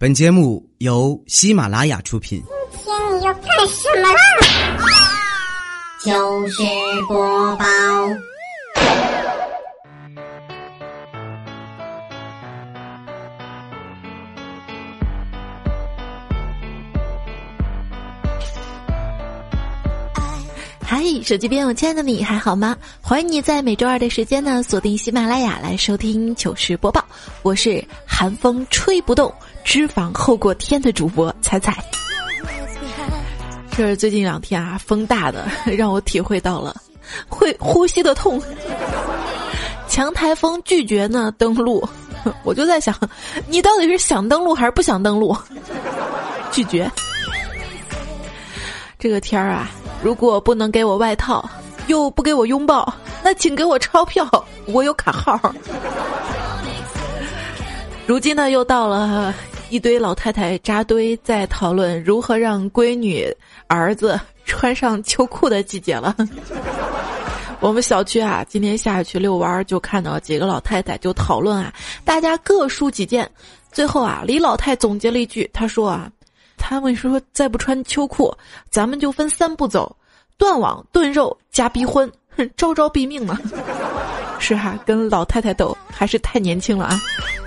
本节目由喜马拉雅出品。 今天你要干什么啦？ 糗事播报。 嗨，手机边我亲爱的你还好吗？欢迎你在每周二的时间呢锁定喜马拉雅来收听糗事播报，我是寒风吹不动脂肪厚过天的主播彩彩。这最近2天啊，风大的让我体会到了会呼吸的痛。强台风拒绝呢登陆，我就在想，你到底是想登陆还是不想登陆？拒绝。这个天儿啊，如果不能给我外套，又不给我拥抱，那请给我钞票，我有卡号。如今呢，又到了一堆老太太扎堆在讨论如何让闺女儿子穿上秋裤的季节了。我们小区啊，今天下去遛弯，就看到几个老太太就讨论啊，大家各抒己见。最后啊，李老太总结了一句，她说啊，他们说再不穿秋裤，咱们就分3步走：断网、炖肉加逼婚，招招毙命嘛。是哈，跟老太太斗还是太年轻了啊。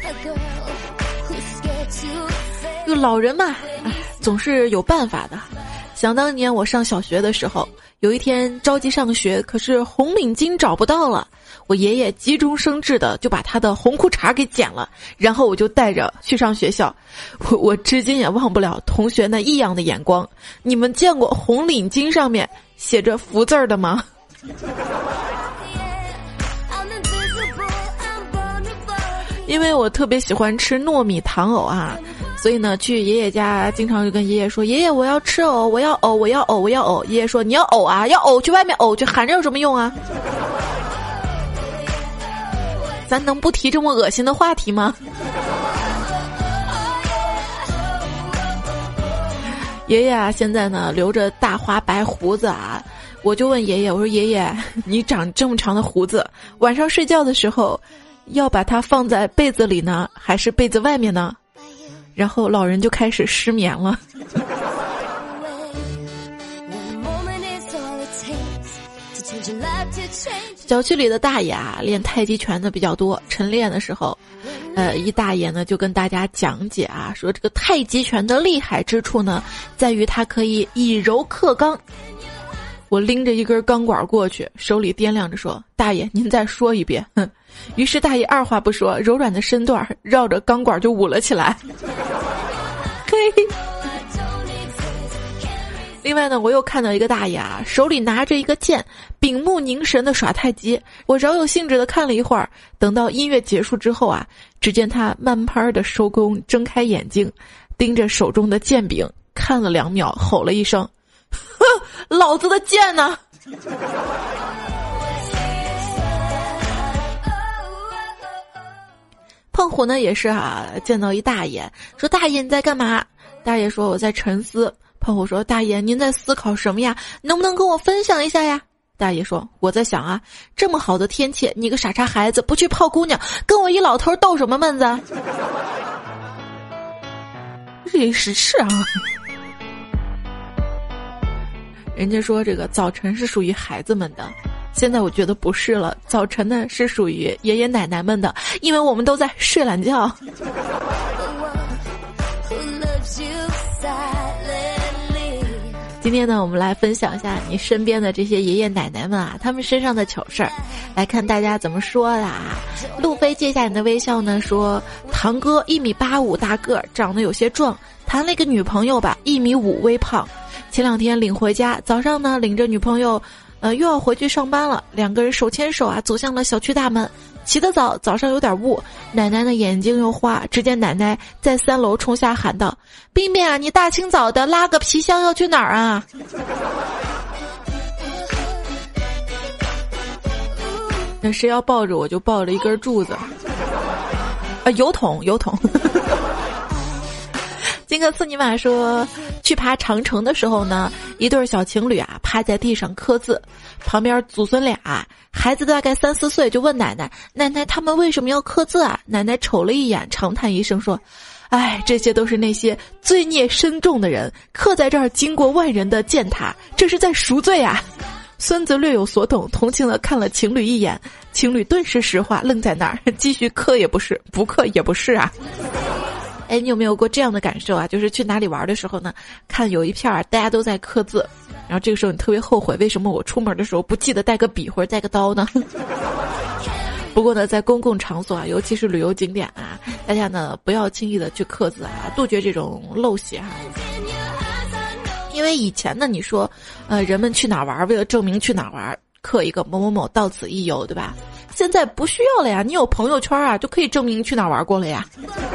这个老人嘛，总是有办法的。想当年我上小学的时候，有一天着急上学，可是红领巾找不到了，我爷爷急中生智的就把他的红裤衩给剪了，然后我就带着去上学校。我至今也忘不了同学那异样的眼光。你们见过红领巾上面写着福字儿的吗？因为我特别喜欢吃糯米糖藕啊，所以呢，去爷爷家经常就跟爷爷说，爷爷我要吃藕，我要藕，我要藕，我要藕。爷爷说，你要藕啊，要藕去外面藕去，喊着有什么用啊？咱能不提这么恶心的话题吗？爷爷啊，现在呢留着大花白胡子啊，我就问爷爷，我说爷爷，你长这么长的胡子，晚上睡觉的时候要把它放在被子里呢，还是被子外面呢？然后老人就开始失眠了。小区里的大爷啊，练太极拳的比较多。晨练的时候，一大爷呢就跟大家讲解啊，说这个太极拳的厉害之处呢，在于它可以以柔克刚。我拎着一根钢管过去，手里掂量着说：“大爷，您再说一遍。”于是大爷二话不说，柔软的身段绕着钢管就舞了起来。嘿。另外呢，我又看到一个大爷啊，手里拿着一个剑，屏目凝神的耍太极。我饶有兴致的看了一会儿，等到音乐结束之后啊，只见他慢慢的收工，睁开眼睛，盯着手中的剑柄看了2秒，吼了一声：“哼，老子的剑呢？”胖虎呢也是啊，见到一大爷说：“大爷你在干嘛？”大爷说：“我在沉思。”胖虎说：“大爷您在思考什么呀？能不能跟我分享一下呀？”大爷说：“我在想啊，这么好的天气，你个傻叉孩子不去泡姑娘，跟我一老头斗什么闷子？”这是啊。人家说这个早晨是属于孩子们的，现在我觉得不是了，早晨呢是属于爷爷奶奶们的，因为我们都在睡懒觉。今天呢，我们来分享一下你身边的这些爷爷奶奶们啊，他们身上的糗事儿，来看大家怎么说的啊。路飞借下你的微笑呢，说堂哥1.85米大个儿，长得有些壮，谈了一个女朋友吧，1.5米微胖。前2天领回家，早上呢领着女朋友，又要回去上班了，2个人手牵手啊走向了小区大门。起得早，早上有点雾，奶奶的眼睛又花，只见奶奶在3楼冲下喊道：“冰冰啊，你大清早的拉个皮箱要去哪儿啊？”那谁要抱着我就抱着一根柱子，油桶。金克斯尼玛说，去爬长城的时候呢，一对小情侣啊趴在地上刻字，旁边祖孙俩，孩子大概3、4岁，就问奶奶他们为什么要刻字啊？奶奶瞅了一眼，长叹一声说：“ 哎，这些都是那些罪孽深重的人刻在这儿经过万人的践踏，这是在赎罪啊！孙子略有所懂，同情地看了情侣一眼，情侣顿时石化，愣在那儿，继续刻也不是，不刻也不是啊。哎，你有没有过这样的感受啊？就是去哪里玩的时候呢，看有一片大家都在刻字，然后这个时候你特别后悔，为什么我出门的时候不记得带个笔或者带个刀呢？不过呢，在公共场所啊，尤其是旅游景点啊，大家呢不要轻易的去刻字啊，杜绝这种陋习啊。因为以前呢，你说，人们去哪玩，为了证明去哪玩，刻一个某某某到此一游，对吧？现在不需要了呀，你有朋友圈啊，就可以证明去哪玩过了呀。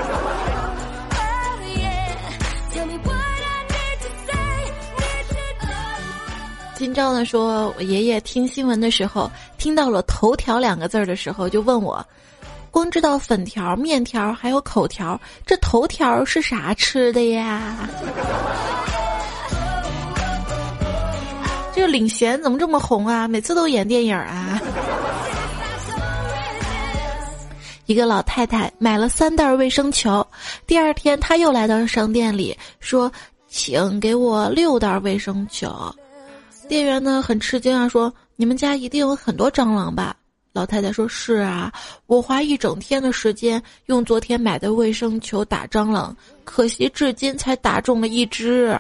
今朝呢说，我爷爷听新闻的时候，听到了头条2个字的时候，就问我，光知道粉条、面条还有口条，这头条是啥吃的呀？这个领衔怎么这么红啊？每次都演电影啊！一个老太太买了3袋卫生球，第2天她又来到商店里说，请给我6袋卫生球。店员呢很吃惊啊，说你们家一定有很多蟑螂吧？老太太说是啊，我花1整天的时间用昨天买的卫生球打蟑螂，可惜至今才打中了1只。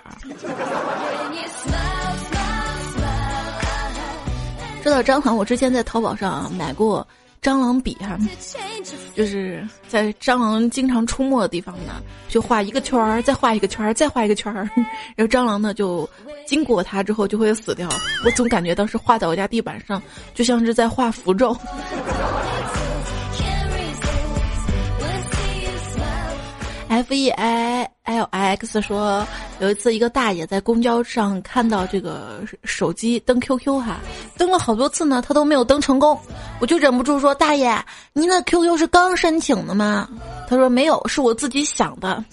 说到蟑螂，我之前在淘宝上买过蟑螂笔哈，就是在蟑螂经常出没的地方呢，就画一个圈儿，再画一个圈儿，再画一个圈儿，然后蟑螂呢就经过它之后就会死掉。我总感觉当时画在我家地板上，就像是在画符咒。FEILX 说，有一次一个大爷在公交上看到这个手机登 QQ 哈，登了好多次呢，他都没有登成功，我就忍不住说，大爷，您的 QQ 是刚申请的吗？他说没有，是我自己想的。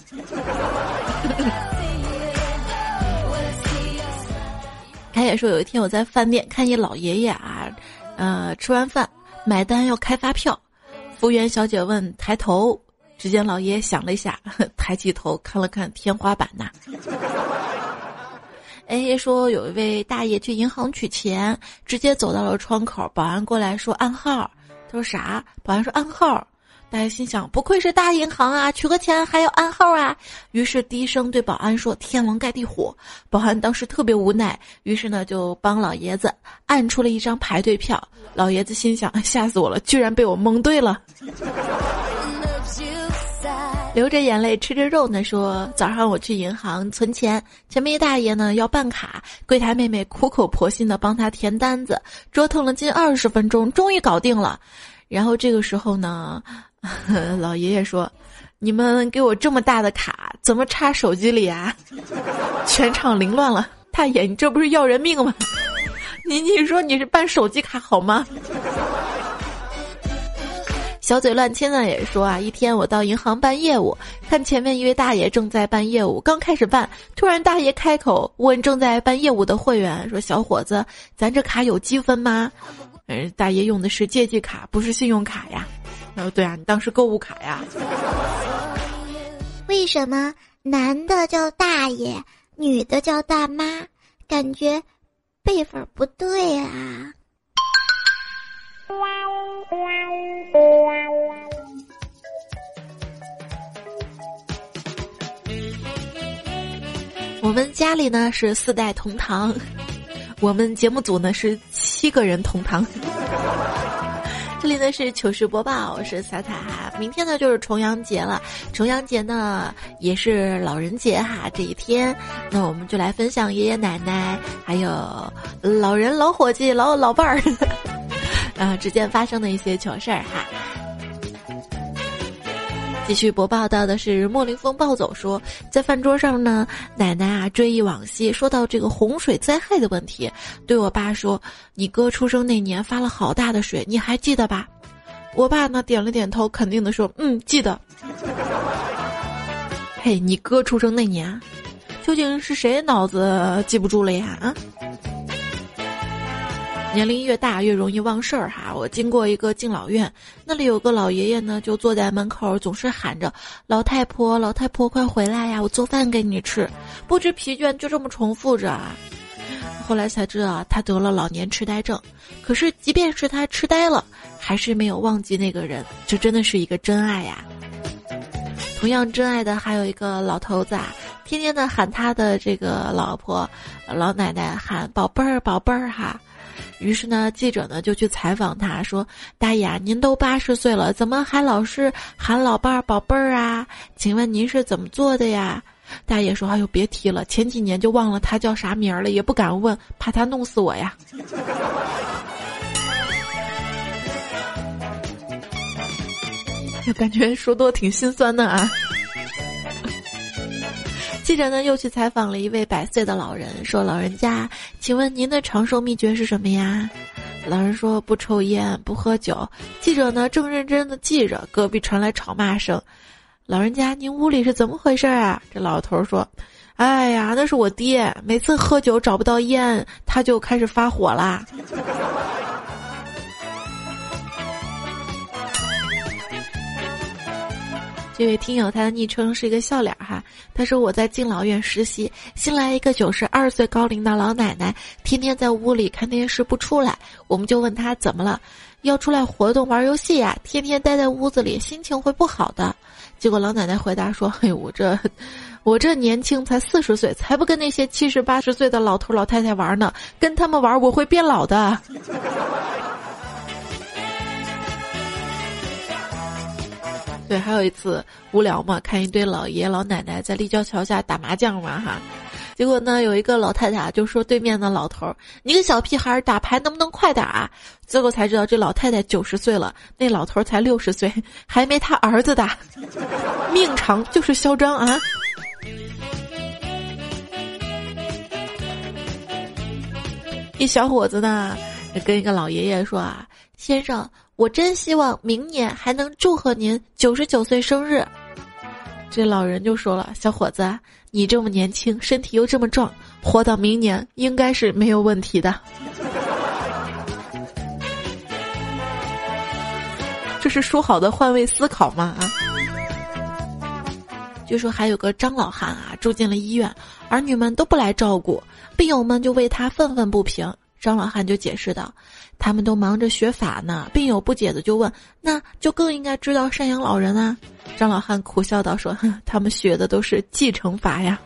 他也说有一天我在饭店看一老爷爷啊，吃完饭买单要开发票，服务员小姐问抬头，只见老爷想了一下，抬起头看了看天花板呐。说有一位大爷去银行取钱，直接走到了窗口，保安过来说暗号，他说啥？保安说暗号。大爷心想，不愧是大银行啊，取个钱还要暗号啊，于是低声对保安说天王盖地虎。保安当时特别无奈，于是呢就帮老爷子按出了一张排队票。老爷子心想，吓死我了，居然被我蒙对了。流着眼泪吃着肉呢说，早上我去银行存钱，前面一大爷呢要办卡，柜台妹妹苦口婆心的帮他填单子，折腾了近20分钟，终于搞定了。然后这个时候呢，老爷爷说，你们给我这么大的卡怎么插手机里啊？全场凌乱了。大爷，你这不是要人命吗？你说你是办手机卡好吗？小嘴乱亲呢也说啊，一天我到银行办业务，看前面一位大爷正在办业务，刚开始办，突然大爷开口问正在办业务的会员说，小伙子，咱这卡有积分吗？大爷用的是借记卡，不是信用卡呀。对啊，你当时购物卡呀。 为什么男的叫大爷，女的叫大妈？感觉辈分不对啊。 我们家里呢是4代同堂，我们节目组呢是7个人同堂。这里呢是糗事播报，我是彩彩哈。明天呢就是重阳节了，重阳节呢也是老人节哈。这一天，那我们就来分享爷爷奶奶还有老人、老伙计、老伴儿之间发生的一些糗事儿哈。继续播报到的是莫凌风暴走说，在饭桌上呢，奶奶啊追忆往昔，说到这个洪水灾害的问题，对我爸说，你哥出生那年发了好大的水，你还记得吧？我爸呢点了点头，肯定的说，记得。嘿，你哥出生那年，究竟是谁脑子记不住了呀？ 年龄越大越容易忘事儿哈。我经过一个敬老院，那里有个老爷爷呢，就坐在门口，总是喊着老太婆老太婆快回来呀，我做饭给你吃，不知疲倦，就这么重复着啊。后来才知道他得了老年痴呆症，可是即便是他痴呆了，还是没有忘记那个人，这真的是一个真爱呀。同样真爱的还有一个老头子啊，天天的喊他的这个老婆老奶奶喊宝贝儿宝贝儿哈。于是呢，记者呢就去采访他，说：“大爷啊，您都80岁了，怎么还老是喊老伴儿宝贝儿啊？请问您是怎么做的呀？”大爷说：“哎呦，别提了，前几年就忘了他叫啥名了，也不敢问，怕他弄死我呀。”就感觉说多挺心酸的啊。记者呢又去采访了一位100岁的老人，说：“老人家，请问您的长寿秘诀是什么呀？”老人说：“不抽烟，不喝酒。”记者呢正认真的记着，隔壁传来吵骂声：“老人家，您屋里是怎么回事啊？”这老头说：“哎呀，那是我爹，每次喝酒找不到烟，他就开始发火啦。”这位听友他的昵称是一个笑脸哈，他说：“我在敬老院实习，新来一个92岁高龄的老奶奶，天天在屋里看电视不出来，我们就问她怎么了，要出来活动玩游戏呀，天天待在屋子里，心情会不好的。”结果老奶奶回答说：“嘿，我这年轻才40岁，才不跟那些70、80岁的老头老太太玩呢，跟他们玩我会变老的。”对，还有一次无聊嘛，看一堆老爷爷老奶奶在立交桥下打麻将嘛哈，结果呢有一个老太太就说对面的老头：“你个小屁孩打牌能不能快点啊？”结果才知道这老太太90岁了，那老头才60岁，还没他儿子大，命长就是嚣张啊。一小伙子呢跟一个老爷爷说啊：“先生，我真希望明年还能祝贺您99岁生日。”这老人就说了：“小伙子，你这么年轻，身体又这么壮，活到明年应该是没有问题的。”这是说好的换位思考吗？啊！据说还有个张老汉啊，住进了医院，儿女们都不来照顾，病友们就为他愤愤不平。张老汉就解释道：“他们都忙着学法呢。”病友不解的就问：“那就更应该知道赡养老人啊？”张老汉苦笑道说：“他们学的都是继承法呀。”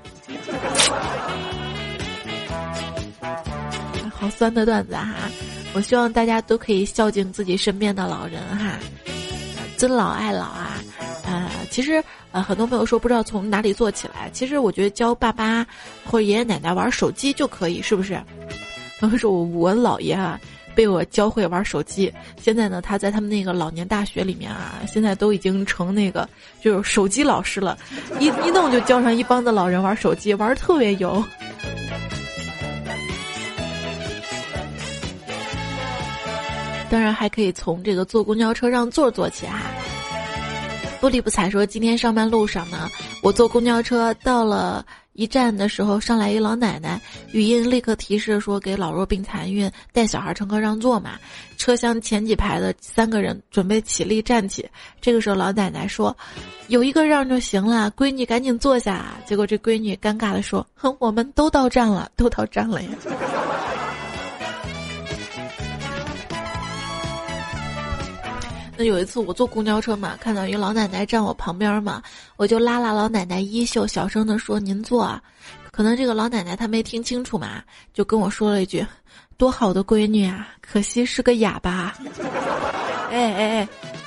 好酸的段子哈！我希望大家都可以孝敬自己身边的老人哈，尊老爱老啊。其实很多朋友说不知道从哪里做起来，其实我觉得教爸妈或者爷爷奶奶玩手机就可以，是不是？然后说我姥爷啊被我教会玩手机，现在呢他在他们那个老年大学里面啊，现在都已经成那个就是手机老师了，一弄就教上一帮子老人玩手机，玩得特别有。当然还可以从这个坐公交车让座做起哈。不理不睬说，今天上班路上呢，我坐公交车到了一站的时候，上来一老奶奶，语音立刻提示说给老弱病残孕带小孩乘客让座嘛。车厢前几排的3个人准备起立站起，这个时候老奶奶说：“有一个让就行了，闺女赶紧坐下。”结果这闺女尴尬的说：“哼，我们都到站了呀。”那有一次我坐公交车嘛，看到一个老奶奶站我旁边嘛，我就拉老奶奶衣袖，小声的说：“您坐啊。”可能这个老奶奶她没听清楚嘛，就跟我说了一句：“多好的闺女啊，可惜是个哑巴。”哎。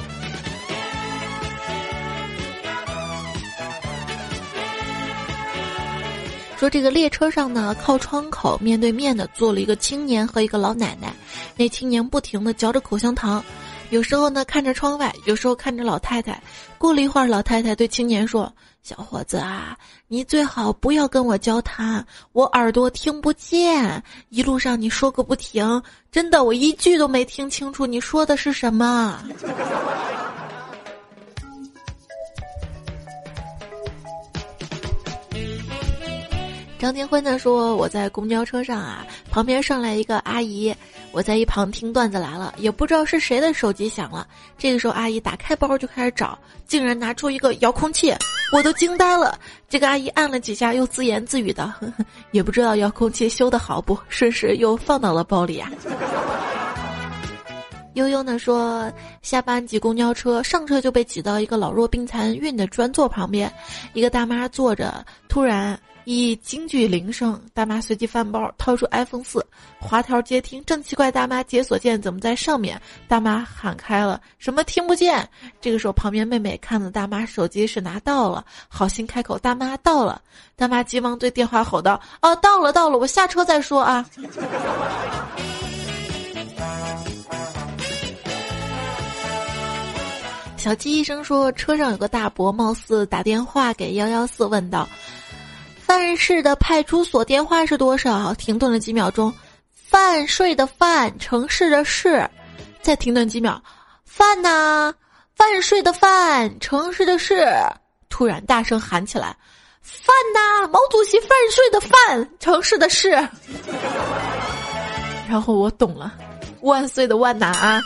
说这个列车上呢，靠窗口面对面的坐了一个青年和一个老奶奶，那青年不停的嚼着口香糖。有时候呢看着窗外，有时候看着老太太。过了一会儿，老太太对青年说：“小伙子啊，你最好不要跟我交谈，我耳朵听不见。一路上你说个不停，真的我一句都没听清楚你说的是什么。”张天辉呢说，我在公交车上啊，旁边上来一个阿姨， 我在一旁听段子来了，也不知道是谁的手机响了。这个时候阿姨打开包就开始找，竟然拿出一个遥控器，我都惊呆了。这个阿姨按了几下又自言自语的，也不知道遥控器修得好不，顺势又放到了包里啊。悠悠呢说，下班挤公交车，上车就被挤到一个老弱病残孕的专座旁边，一个大妈坐着，突然一京剧铃声，大妈随即翻包掏出 iPhone 4，滑条接听，正奇怪大妈解锁键怎么在上面，大妈喊开了什么听不见。这个时候旁边妹妹看到大妈手机是拿到了，好心开口，大妈到了。大妈急忙对电话吼道，到了，我下车再说啊。小鸡医生说，车上有个大伯貌似打电话给114，问道，范市的派出所电话是多少？停顿了几秒钟，范税的范，城市的市。再停顿几秒，范呐，范税的范，城市的市。突然大声喊起来，范呐，毛主席范税的范，城市的市。然后我懂了，万岁的万呐啊。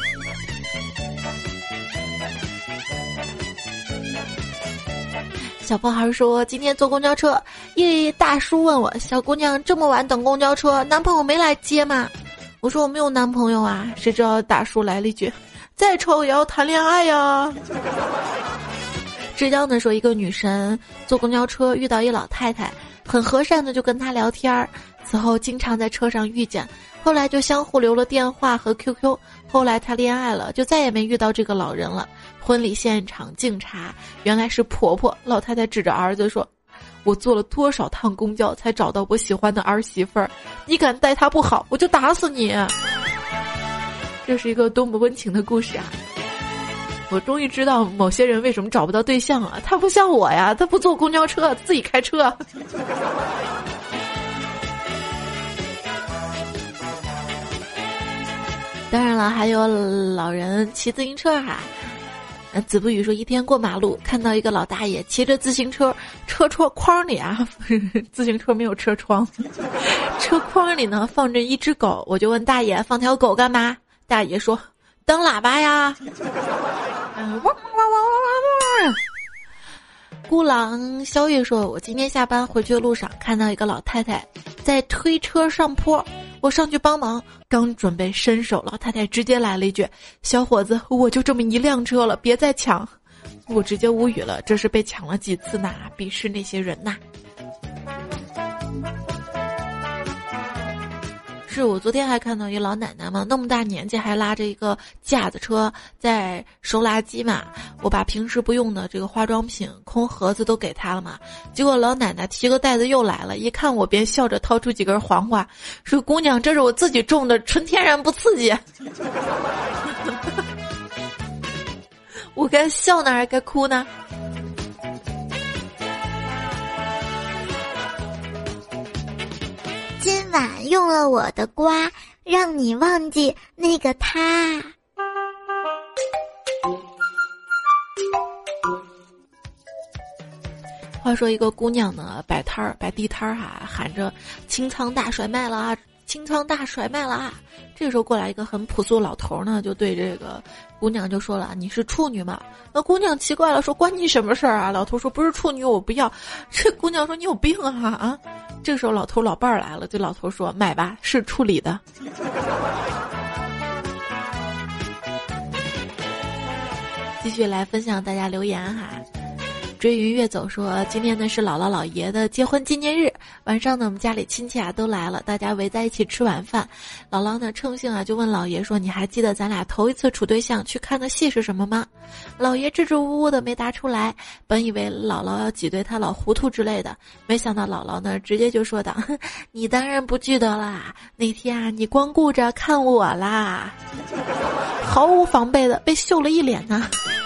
小胖孩说，今天坐公交车，一大叔问我，小姑娘这么晚等公交车，男朋友没来接吗？我说我没有男朋友啊。谁知道大叔来了一句，再丑也要谈恋爱呀。浙江的说，一个女神坐公交车遇到一老太太，很和善的就跟她聊天，此后经常在车上遇见，后来就相互留了电话和 QQ， 后来她恋爱了，就再也没遇到这个老人了。婚礼现场敬茶，原来是婆婆。老太太指着儿子说，我坐了多少趟公交才找到我喜欢的儿媳妇儿，你敢待她不好我就打死你。这是一个多么温情的故事啊。我终于知道某些人为什么找不到对象了，他不像我呀，他不坐公交车自己开车。当然了，还有老人骑自行车哈。子不语说，一天过马路，看到一个老大爷骑着自行车，车窗框里啊，自行车没有车窗，车框里呢放着一只狗，我就问大爷，放条狗干嘛？大爷说，当喇叭呀。孤狼肖月说，我今天下班回去的路上看到一个老太太在推车上坡，我上去帮忙，刚准备伸手，老太太直接来了一句，小伙子，我就这么一辆车了，别再抢。我直接无语了，这是被抢了几次呢？鄙视那些人呐。是我昨天还看到一老奶奶嘛，那么大年纪还拉着一个架子车在收垃圾嘛，我把平时不用的这个化妆品空盒子都给她了嘛，结果老奶奶提个袋子又来了，一看我便笑着掏出几根黄瓜，说姑娘，这是我自己种的，纯天然不刺激。我该笑呢还该哭呢？ 今晚用了我的瓜，让你忘记那个他。 话说一个姑娘呢，摆地摊儿哈，喊着清仓大甩卖了啊，清仓大甩卖了啊。这个时候过来一个很朴素老头呢，就对这个姑娘就说了，你是处女吗？那姑娘奇怪了，说关你什么事儿啊？老头说不是处女我不要。这姑娘说你有病啊。这个时候老头老伴儿来了，对老头说，买吧，是处理的。继续来分享大家留言哈。追云月走说，今天呢是姥姥姥爷的结婚纪念日，晚上呢我们家里亲戚啊都来了，大家围在一起吃晚饭。姥姥呢趁兴啊就问姥爷说，你还记得咱俩头一次处对象去看的戏是什么吗？姥爷支支吾吾的没答出来，本以为姥姥要挤兑他老糊涂之类的，没想到姥姥呢直接就说道，你当然不记得啦，那天啊你光顾着看我啦，毫无防备的被秀了一脸呢。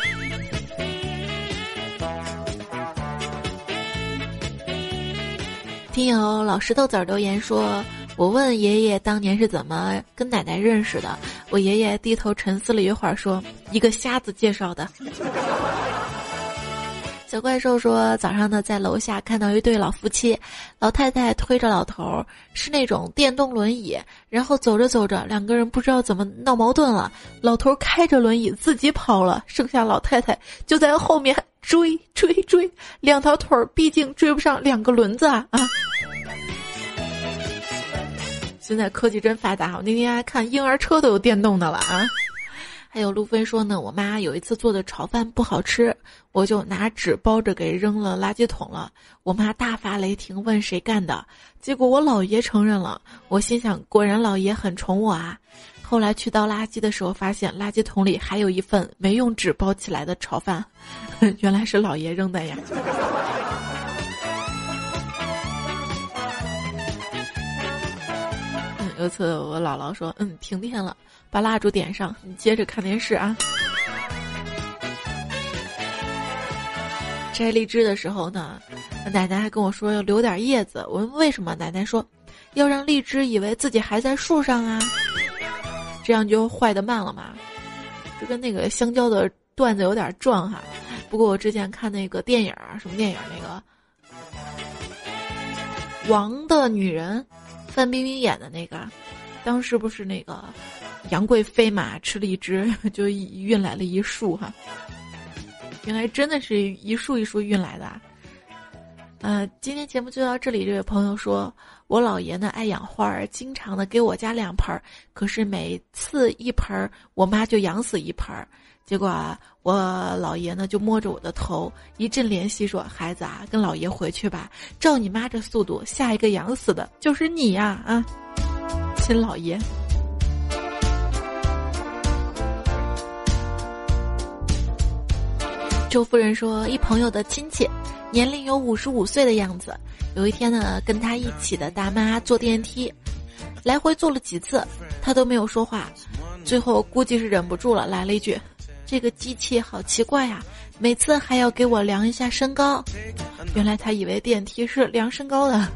听友老石头子儿留言说，我问爷爷当年是怎么跟奶奶认识的，我爷爷低头沉思了一会儿说，一个瞎子介绍的。 小怪兽说，早上呢在楼下看到一对老夫妻，老太太推着老头，是那种电动轮椅，然后走着走着，两个人不知道怎么闹矛盾了，老头开着轮椅自己跑了，剩下老太太就在后面追，两条腿毕竟追不上两个轮子啊！现在科技真发达，我那天还看婴儿车都有电动的了啊！还有路飞说呢，我妈有一次做的炒饭不好吃，我就拿纸包着给扔了垃圾桶了。我妈大发雷霆，问谁干的，结果我姥爷承认了。我心想，果然姥爷很宠我啊。后来去倒垃圾的时候，发现垃圾桶里还有一份没用纸包起来的炒饭，原来是姥爷扔的呀。有一次我姥姥说，停电了，把蜡烛点上，你接着看电视啊。摘荔枝的时候呢，奶奶还跟我说要留点叶子，我问为什么，奶奶说要让荔枝以为自己还在树上啊，这样就坏得慢了嘛。这跟那个香蕉的段子有点撞哈。不过我之前看那个电影，什么电影，那个王的女人，范冰冰演的那个，当时不是那个杨贵妃嘛，吃荔枝就运来了一束哈，原来真的是一束一束运来的啊。今天节目就到这里。这位朋友说，我姥爷呢爱养花儿，经常的给我家2盆，可是每次1盆我妈就养死1盆，结果啊，我姥爷呢就摸着我的头一阵怜惜说，孩子啊，跟姥爷回去吧，照你妈这速度，下一个养死的就是你呀啊，亲姥爷。周夫人说，一朋友的亲戚年龄有55岁的样子，有一天呢跟他一起的大妈坐电梯，来回坐了几次他都没有说话，最后估计是忍不住了，来了一句，这个机器好奇怪呀，每次还要给我量一下身高。原来他以为电梯是量身高的，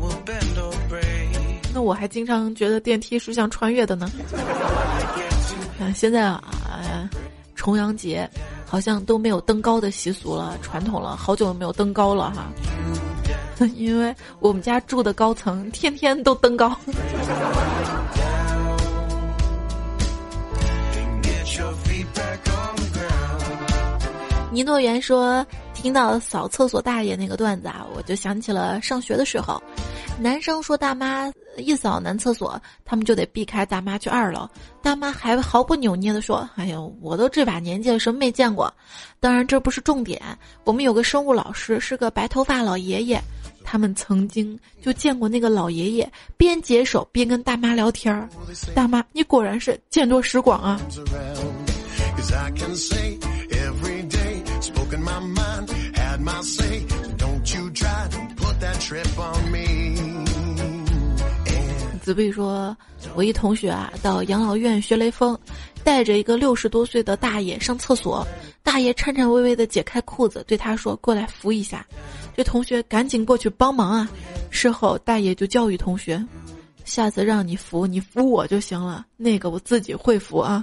那我还经常觉得电梯是像穿越的呢。现在重阳节好像都没有登高的习俗了，传统了，好久没有登高了哈。因为我们家住的高层天天都登高。尼诺园说，听到扫厕所大爷那个段子啊，我就想起了上学的时候，男生说大妈一扫男厕所，他们就得避开大妈去2楼，大妈还毫不扭捏地说，哎呦，我都这把年纪了，什么没见过。当然这不是重点，我们有个生物老师是个白头发老爷爷，他们曾经就见过那个老爷爷边解手边跟大妈聊天，大妈你果然是见多识广啊。子碧说，我一同学啊到养老院学雷锋，带着一个60多岁的大爷上厕所，大爷颤颤巍巍地解开裤子对他说，过来扶一下。这同学赶紧过去帮忙啊。事后大爷就教育同学，下次让你扶我就行了，那个我自己会扶啊。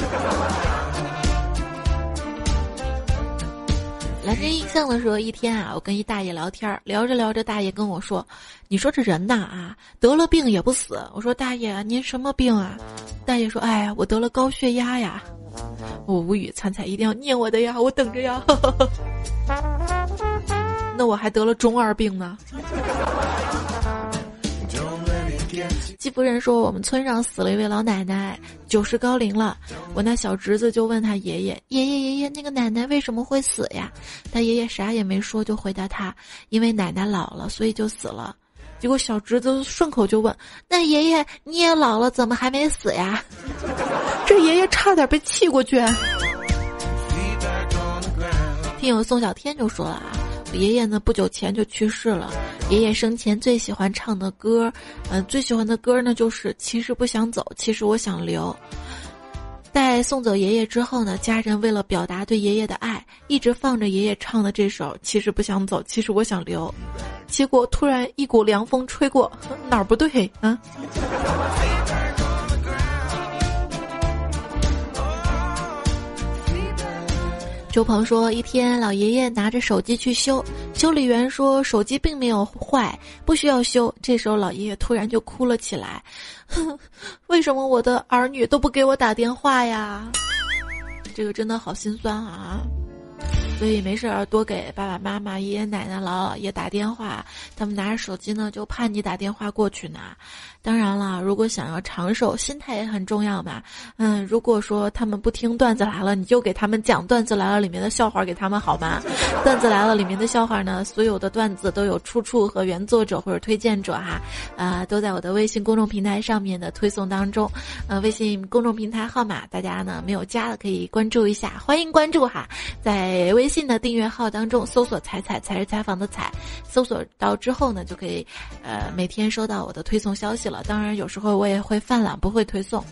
来这印象的时候，一天啊，我跟一大爷聊天，聊着聊着，大爷跟我说，你说这人呐啊，得了病也不死。我说大爷您什么病啊？大爷说，哎呀，我得了高血压呀。我无语，参赛一定要念我的呀，我等着呀。那我还得了中二病呢。季夫人说，我们村上死了一位老奶奶，90高龄了。我那小侄子就问他爷爷，爷爷，那个奶奶为什么会死呀？他爷爷啥也没说，就回答他，因为奶奶老了，所以就死了。结果小侄子顺口就问，那爷爷你也老了，怎么还没死呀？这爷爷差点被气过去。听友宋小天就说了啊，我爷爷呢不久前就去世了，爷爷生前最喜欢唱的歌，最喜欢的歌呢就是其实不想走，其实我想留。在送走爷爷之后呢，家人为了表达对爷爷的爱，一直放着爷爷唱的这首其实不想走，其实我想留。结果突然一股凉风吹过，哪儿不对啊？ 周鹏说，一天老爷爷拿着手机去修，修理员说手机并没有坏，不需要修。这时候老爷爷突然就哭了起来，为什么我的儿女都不给我打电话呀？这个真的好心酸啊。所以没事儿多给爸爸妈妈、爷爷奶奶、姥姥爷打电话，他们拿着手机呢就怕你打电话过去拿。当然了，如果想要长寿，心态也很重要嘛。如果说他们不听段子来了，你就给他们讲段子来了里面的笑话给他们好吗？段子来了里面的笑话呢，所有的段子都有出处和原作者或者推荐者哈，都在我的微信公众平台上面的推送当中。微信公众平台号码大家呢没有加的可以关注一下，欢迎关注哈。在微信的订阅号当中搜索彩是采访的彩，搜索到之后呢就可以每天收到我的推送消息了。当然有时候我也会犯懒不会推送。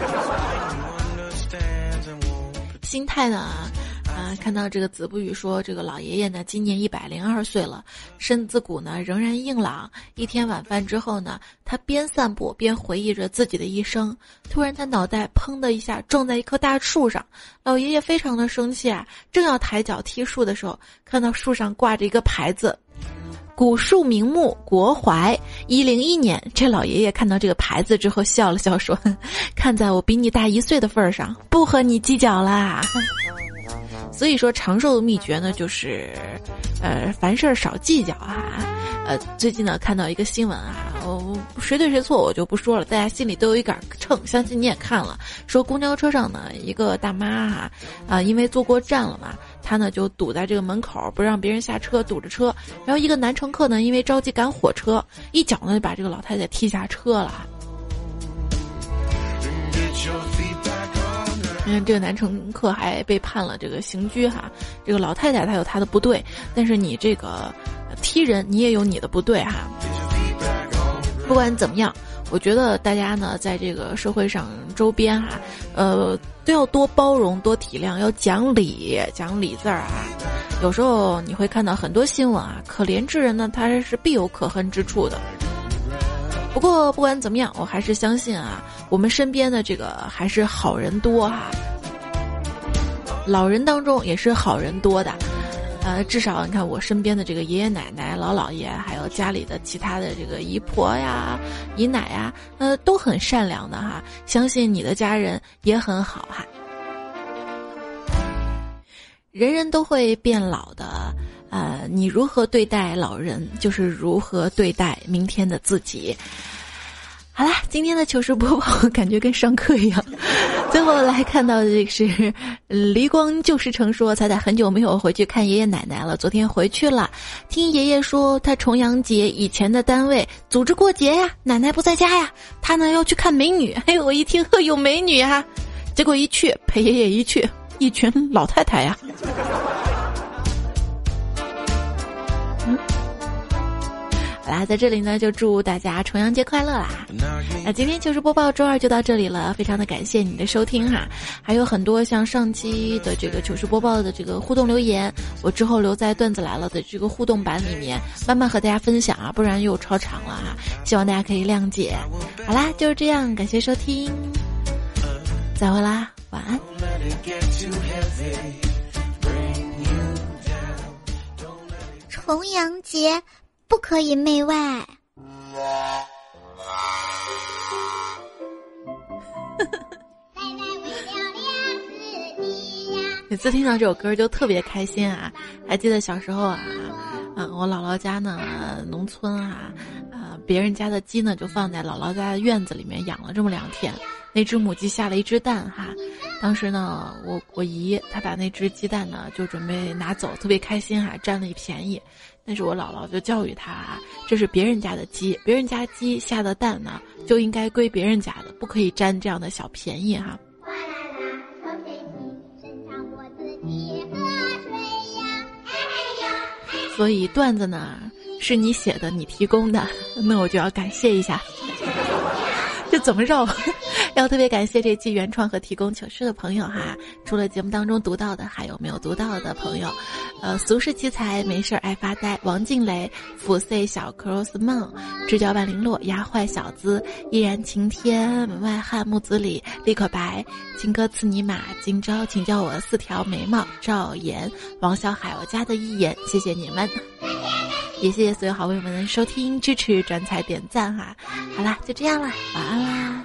心态呢看到这个子不语说，这个老爷爷呢今年102岁了，身子骨呢仍然硬朗。一天晚饭之后呢，他边散步边回忆着自己的一生，突然他脑袋砰的一下撞在一棵大树上，老爷爷非常的生气啊，正要抬脚踢树的时候，看到树上挂着一个牌子，古树名木国槐101年。这老爷爷看到这个牌子之后笑了笑说，看在我比你大1岁的份上，不和你计较啦。所以说长寿的秘诀呢，就是凡事少计较啊。最近呢看到一个新闻啊，谁对谁错我就不说了，大家心里都有一杆秤，相信你也看了。说公交车上呢一个大妈因为坐过站了嘛，她呢就堵在这个门口不让别人下车，堵着车。然后一个男乘客呢因为着急赶火车，一脚呢就把这个老太太踢下车了。这个男乘客还被判了这个刑拘哈。这个老太太她有她的不对，但是你这个踢人你也有你的不对哈。不管怎么样，我觉得大家呢在这个社会上周边都要多包容多体谅，要讲理字儿啊。有时候你会看到很多新闻可怜之人呢他是必有可恨之处的。不过不管怎么样，我还是相信我们身边的这个还是好人多老人当中也是好人多的。至少你看我身边的这个爷爷奶奶、老姥爷，还有家里的其他的这个姨婆呀、姨奶呀，都很善良的相信你的家人也很好人人都会变老的。你如何对待老人，就是如何对待明天的自己。好啦，今天的糗事播报感觉跟上课一样。最后来看到的这个是离光旧时城说，彩彩很久没有回去看爷爷奶奶了，昨天回去了，听爷爷说他重阳节以前的单位组织过节呀，奶奶不在家呀，他呢要去看美女。我一听有美女结果一去陪爷爷一去，一群老太太呀。好啦，在这里呢就祝大家重阳节快乐啦。那今天糗事播报周二就到这里了，非常的感谢你的收听还有很多像上期的这个糗事播报的这个互动留言，我之后留在段子来了的这个互动版里面慢慢和大家分享不然又超长了希望大家可以谅解。好啦，就是这样，感谢收听，再会啦，晚安。 重阳节不可以媚外。 每次听到这首歌就特别开心还记得小时候我姥姥家呢农村别人家的鸡呢就放在姥姥家的院子里面养了这么2天，那只母鸡下了1只蛋当时呢我姨她把那只鸡蛋呢就准备拿走，特别开心占了一便宜。但是我姥姥就教育她这是别人家的鸡，别人家鸡下的蛋呢就应该归别人家的，不可以占这样的小便宜所以段子呢是你写的，你提供的，那我就要感谢一下。这怎么绕？ 要特别感谢这期原创和提供糗事的朋友哈，除了节目当中读到的，还有没有读到的朋友？俗世奇才，没事爱发呆，王静蕾，抚碎小 cross 梦，直角万零落，压坏小子，依然晴天，门外汉，木子李，立可白，情歌刺尼玛，今朝请叫我4条眉毛，赵岩，王小海，我家的一眼，谢谢你们，也谢谢所有好朋友们的收听支持转采点赞哈。好啦，就这样啦，晚安啦。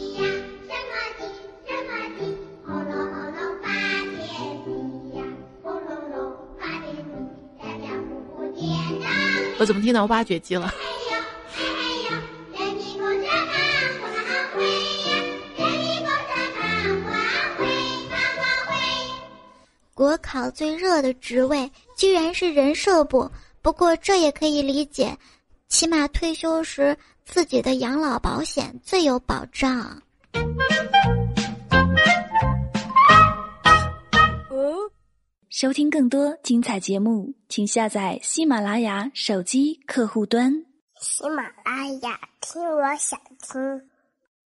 我怎么听到挖掘机了？ 国考最热的职位居然是人社部，不过这也可以理解，起码退休时自己的养老保险最有保障。 收听更多精彩节目，请下载喜马拉雅手机客户端。 喜马拉雅，听我想听。